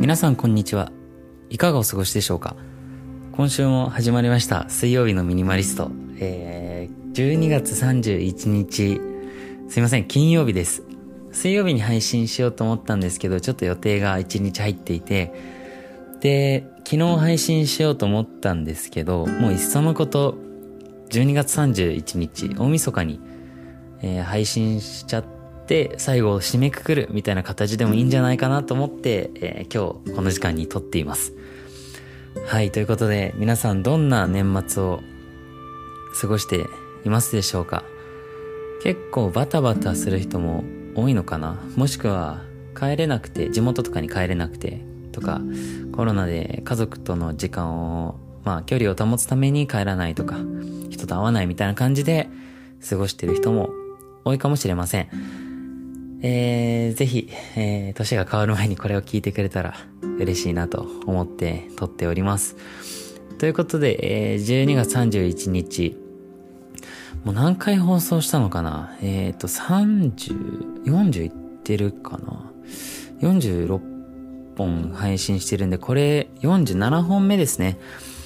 皆さんこんにちは。いかがお過ごしでしょうか。今週も始まりました水曜日のミニマリスト、12月31日すいません、金曜日です。水曜日に配信しようと思ったんですけど、ちょっと予定が1日入っていて、で昨日配信しようと思ったんですけど、もういっそのこと12月31日大晦日に、配信しちゃって最後を締めくくるみたいな形でもいいんじゃないかなと思って、今日この時間に撮っています。はい、ということで皆さんどんな年末を過ごしていますでしょうか。結構バタバタする人も多いのかな。もしくは帰れなくて、地元とかに帰れなくてとか、コロナで家族との時間を距離を保つために帰らないとか、人と会わないみたいな感じで過ごしている人も多いかもしれません。ぜひ、年が変わる前にこれを聞いてくれたら嬉しいなと思って撮っております。ということで、12月31日もう何回放送したのかな。40いってるかな。46本配信してるんで、これ47本目ですね。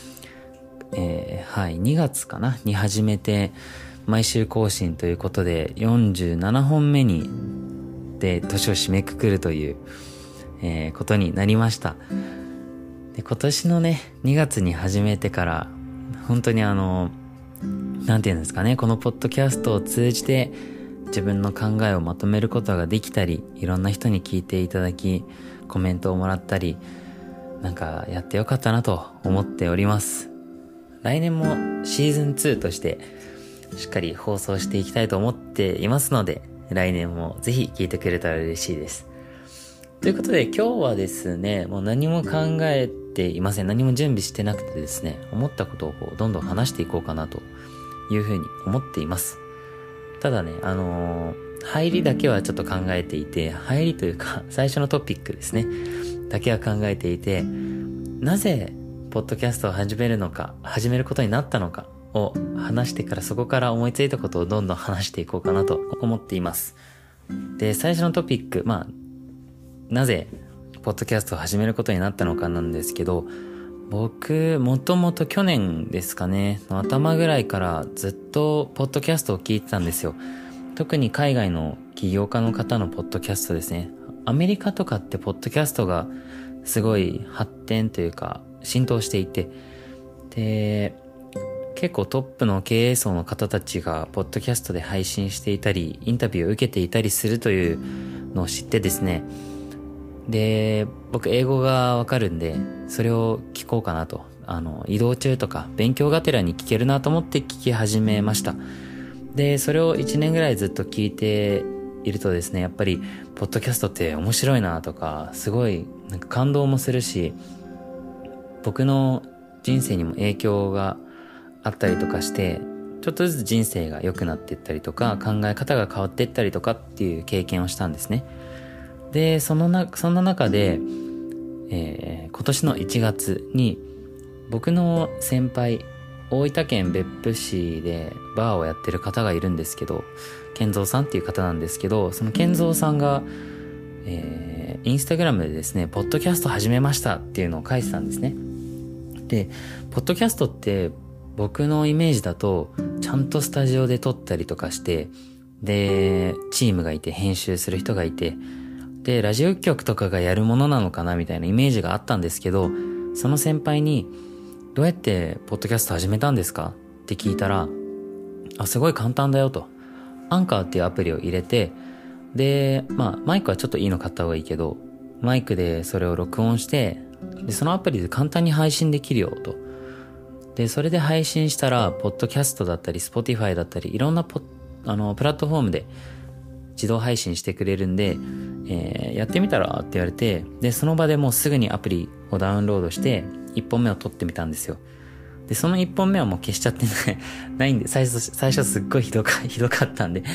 はい、2月かなに始めて毎週更新ということで47本目にで年を締めくくるという、ことになりました。で、今年のね2月に始めてから本当になんていうんですかね、このポッドキャストを通じて自分の考えをまとめることができたり、いろんな人に聞いていただきコメントをもらったり、なんかやってよかったなと思っております。来年もシーズン2としてしっかり放送していきたいと思っていますので、来年もぜひ聞いてくれたら嬉しいです。ということで今日はですね、もう何も考えていません。何も準備してなくてですね、思ったことをどんどん話していこうかなというふうに思っています。ただね、入りだけはちょっと考えていて、入りというか最初のトピックですねだけは考えていて、なぜポッドキャストを始めることになったのかを話してから、そこから思いついたことをどんどん話していこうかなと思っています。で、最初のトピック、なぜポッドキャストを始めることになったのかなんですけど、僕もともと去年ですかねの頭ぐらいからずっとポッドキャストを聞いてたんですよ。特に海外の起業家の方のポッドキャストですね。アメリカとかってポッドキャストがすごい発展というか浸透していて、で結構トップの経営層の方たちがポッドキャストで配信していたり、インタビューを受けていたりするというのを知ってですね、で僕英語がわかるんでそれを聞こうかなと、移動中とか勉強がてらに聞けるなと思って聞き始めました。でそれを1年ぐらいずっと聞いているとですね、やっぱりポッドキャストって面白いなとか、すごいなんか感動もするし、僕の人生にも影響があったりとかして、ちょっとずつ人生が良くなっていったりとか、考え方が変わっていったりとかっていう経験をしたんですね。でそんな中で、今年の1月に僕の先輩、大分県別府市でバーをやってる方がいるんですけど、健三さんっていう方なんですけど、その健三さんが、インスタグラムでですね、ポッドキャスト始めましたっていうのを書いてたんですね。でポッドキャストって僕のイメージだとちゃんとスタジオで撮ったりとかして、でチームがいて編集する人がいて、でラジオ局とかがやるものなのかなみたいなイメージがあったんですけど、その先輩にどうやってポッドキャスト始めたんですかって聞いたら、すごい簡単だよと。アンカーっていうアプリを入れて、でマイクはちょっといいの買った方がいいけど、マイクでそれを録音して、でそのアプリで簡単に配信できるよと。でそれで配信したらポッドキャストだったり Spotify だったりいろんなプラットフォームで自動配信してくれるんで、やってみたらって言われて、でその場でもうすぐにアプリをダウンロードして1本目を撮ってみたんですよ。でその1本目はもう消しちゃってないんで、最初すっごいひどかったんで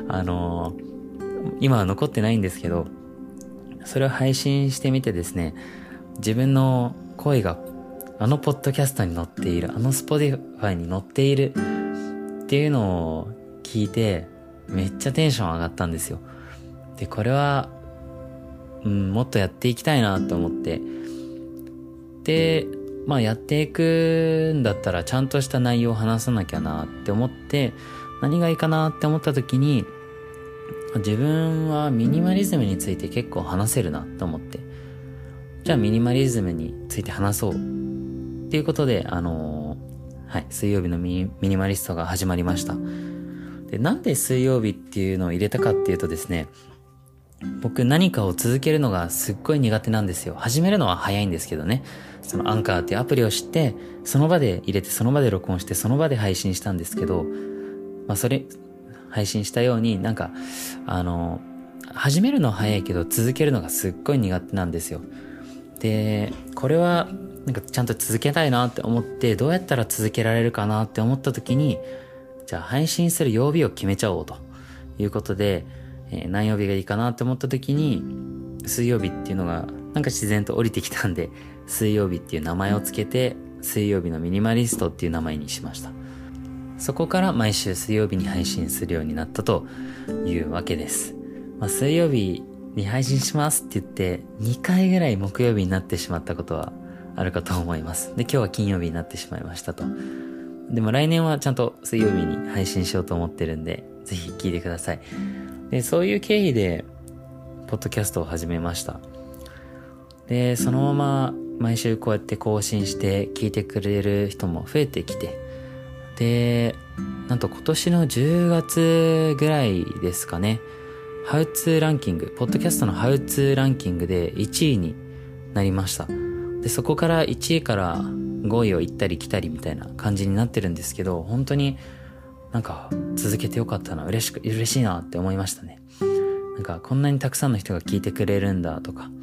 今は残ってないんですけど、それを配信してみてですね、自分の声がポッドキャストに載っている、Spotify に載っているっていうのを聞いてめっちゃテンション上がったんですよ。でこれはもっとやっていきたいなと思って。で、やっていくんだったらちゃんとした内容を話さなきゃなって思って、何がいいかなって思った時に、自分はミニマリズムについて結構話せるなと思って、じゃあミニマリズムについて話そうっていうことで、水曜日のミニマリストが始まりました。で、なんで水曜日っていうのを入れたかっていうとですね、僕何かを続けるのがすっごい苦手なんですよ。始めるのは早いんですけどね。そのアンカーっていうアプリを知って、その場で入れて、その場で録音して、その場で配信したんですけど、配信したように始めるのは早いけど続けるのがすっごい苦手なんですよ。で、これはちゃんと続けたいなって思って、どうやったら続けられるかなって思った時に、じゃあ配信する曜日を決めちゃおうということで、何曜日がいいかなって思った時に、水曜日っていうのが自然と降りてきたんで、水曜日っていう名前をつけて、水曜日のミニマリストっていう名前にしました。そこから毎週水曜日に配信するようになったというわけです。水曜日に配信しますって言って2回ぐらい木曜日になってしまったことはあるかと思います。で、今日は金曜日になってしまいましたと。でも来年はちゃんと水曜日に配信しようと思ってるんで、ぜひ聞いてください。で、そういう経緯でポッドキャストを始めました。で、そのまま毎週こうやって更新して聞いてくれる人も増えてきて、で、なんと今年の10月ぐらいですかね、ハウツーランキング、ポッドキャストのハウツーランキングで1位になりました。で、そこから1位から5位を行ったり来たりみたいな感じになってるんですけど、本当に続けてよかったな、嬉しいなって思いましたね。こんなにたくさんの人が聞いてくれるんだとか、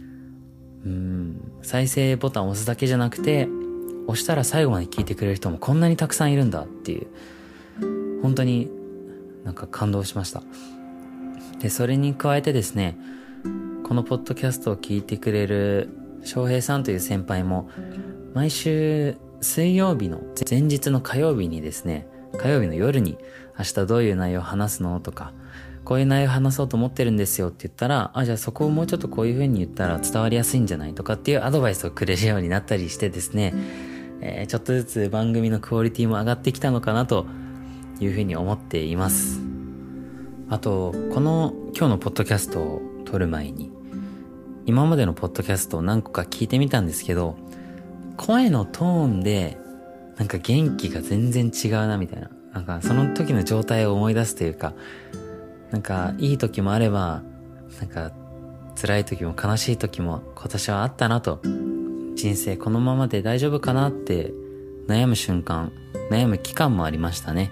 再生ボタンを押すだけじゃなくて、押したら最後まで聞いてくれる人もこんなにたくさんいるんだっていう、本当に感動しました。で、それに加えてですね、このポッドキャストを聞いてくれる翔平さんという先輩も、毎週水曜日の前日の火曜日にですね、火曜日の夜に明日どういう内容を話すのとか、こういう内容を話そうと思ってるんですよって言ったら、じゃあそこをもうちょっとこういう風に言ったら伝わりやすいんじゃないとかっていうアドバイスをくれるようになったりしてですね、ちょっとずつ番組のクオリティも上がってきたのかなという風に思っています。あと、今日のポッドキャストを撮る前に、今までのポッドキャストを何個か聞いてみたんですけど、声のトーンで元気が全然違うなみたいな、その時の状態を思い出すというか、いい時もあれば、辛い時も悲しい時も今年はあったなと、人生このままで大丈夫かなって悩む瞬間、悩む期間もありましたね。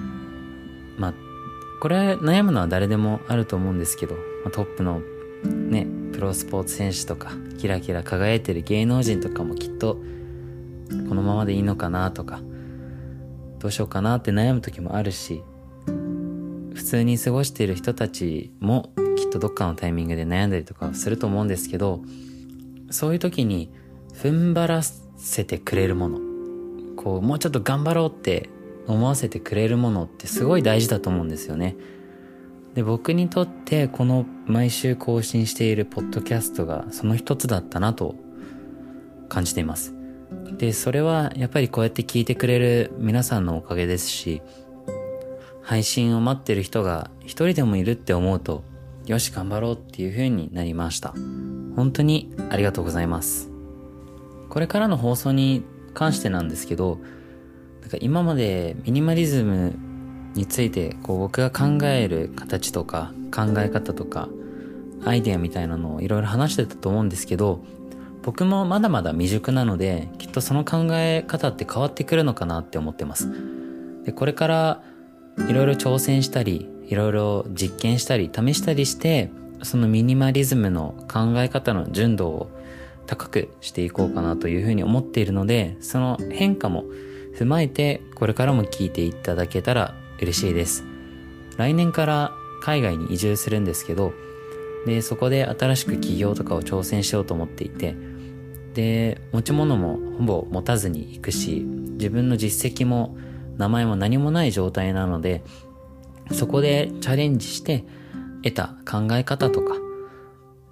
これ悩むのは誰でもあると思うんですけど、トップのね、プロスポーツ選手とかキラキラ輝いてる芸能人とかもきっとこのままでいいのかなとか、どうしようかなって悩む時もあるし、普通に過ごしている人たちもきっとどっかのタイミングで悩んだりとかすると思うんですけど、そういう時に踏ん張らせてくれるもの、もうちょっと頑張ろうって思わせてくれるものってすごい大事だと思うんですよね。で、僕にとってこの毎週更新しているポッドキャストがその一つだったなと感じています。で、それはやっぱりこうやって聞いてくれる皆さんのおかげですし、配信を待ってる人が一人でもいるって思うと、よし頑張ろうっていう風になりました。本当にありがとうございます。これからの放送に関してなんですけど、今までミニマリズムについて僕が考える形とか考え方とかアイデアみたいなのをいろいろ話してたと思うんですけど、僕もまだまだ未熟なので、きっとその考え方って変わってくるのかなって思ってます。で、これからいろいろ挑戦したり、いろいろ実験したり試したりして、そのミニマリズムの考え方の純度を高くしていこうかなというふうに思っているので、その変化も踏まえてこれからも聞いていただけたら嬉しいです。来年から海外に移住するんですけど、でそこで新しく起業とかを挑戦しようと思っていて、で持ち物もほぼ持たずに行くし、自分の実績も名前も何もない状態なので、そこでチャレンジして得た考え方とか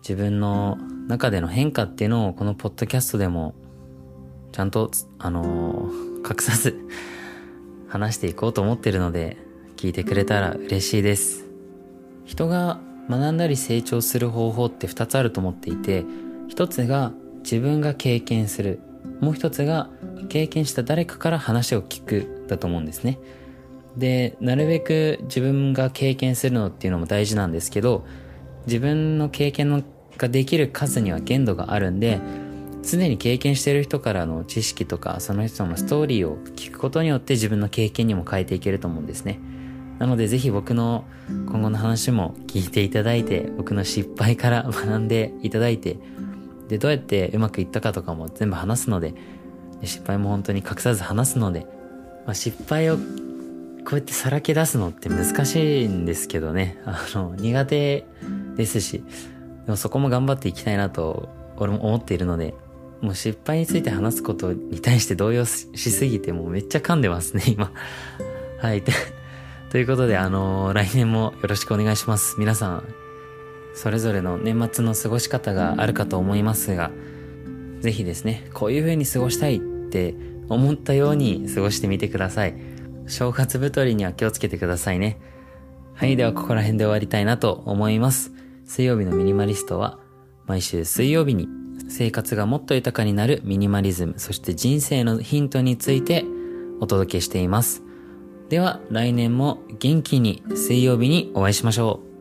自分の中での変化っていうのをこのポッドキャストでもちゃんと隠さず話していこうと思ってるので、聞いてくれたら嬉しいです。人が学んだり成長する方法って2つあると思っていて、1つが自分が経験する、もう1つが経験した誰かから話を聞くだと思うんですね。で、なるべく自分が経験するのっていうのも大事なんですけど、自分の経験ができる数には限度があるんで、常に経験している人からの知識とかその人のストーリーを聞くことによって自分の経験にも変えていけると思うんですね。なのでぜひ僕の今後の話も聞いていただいて、僕の失敗から学んでいただいて、でどうやってうまくいったかとかも全部話すので、失敗も本当に隠さず話すので、失敗をこうやってさらけ出すのって難しいんですけどね、苦手ですし、でもそこも頑張っていきたいなと俺も思っているので、もう失敗について話すことに対して動揺しすぎてもうめっちゃ噛んでますね今はいということで来年もよろしくお願いします。皆さんそれぞれの年末の過ごし方があるかと思いますが、ぜひですね、こういう風に過ごしたいって思ったように過ごしてみてください。正月太りには気をつけてくださいね。はい、ではここら辺で終わりたいなと思います。水曜日のミニマリストは毎週水曜日に生活がもっと豊かになるミニマリズム、そして人生のヒントについてお届けしています。では来年も元気に水曜日にお会いしましょう。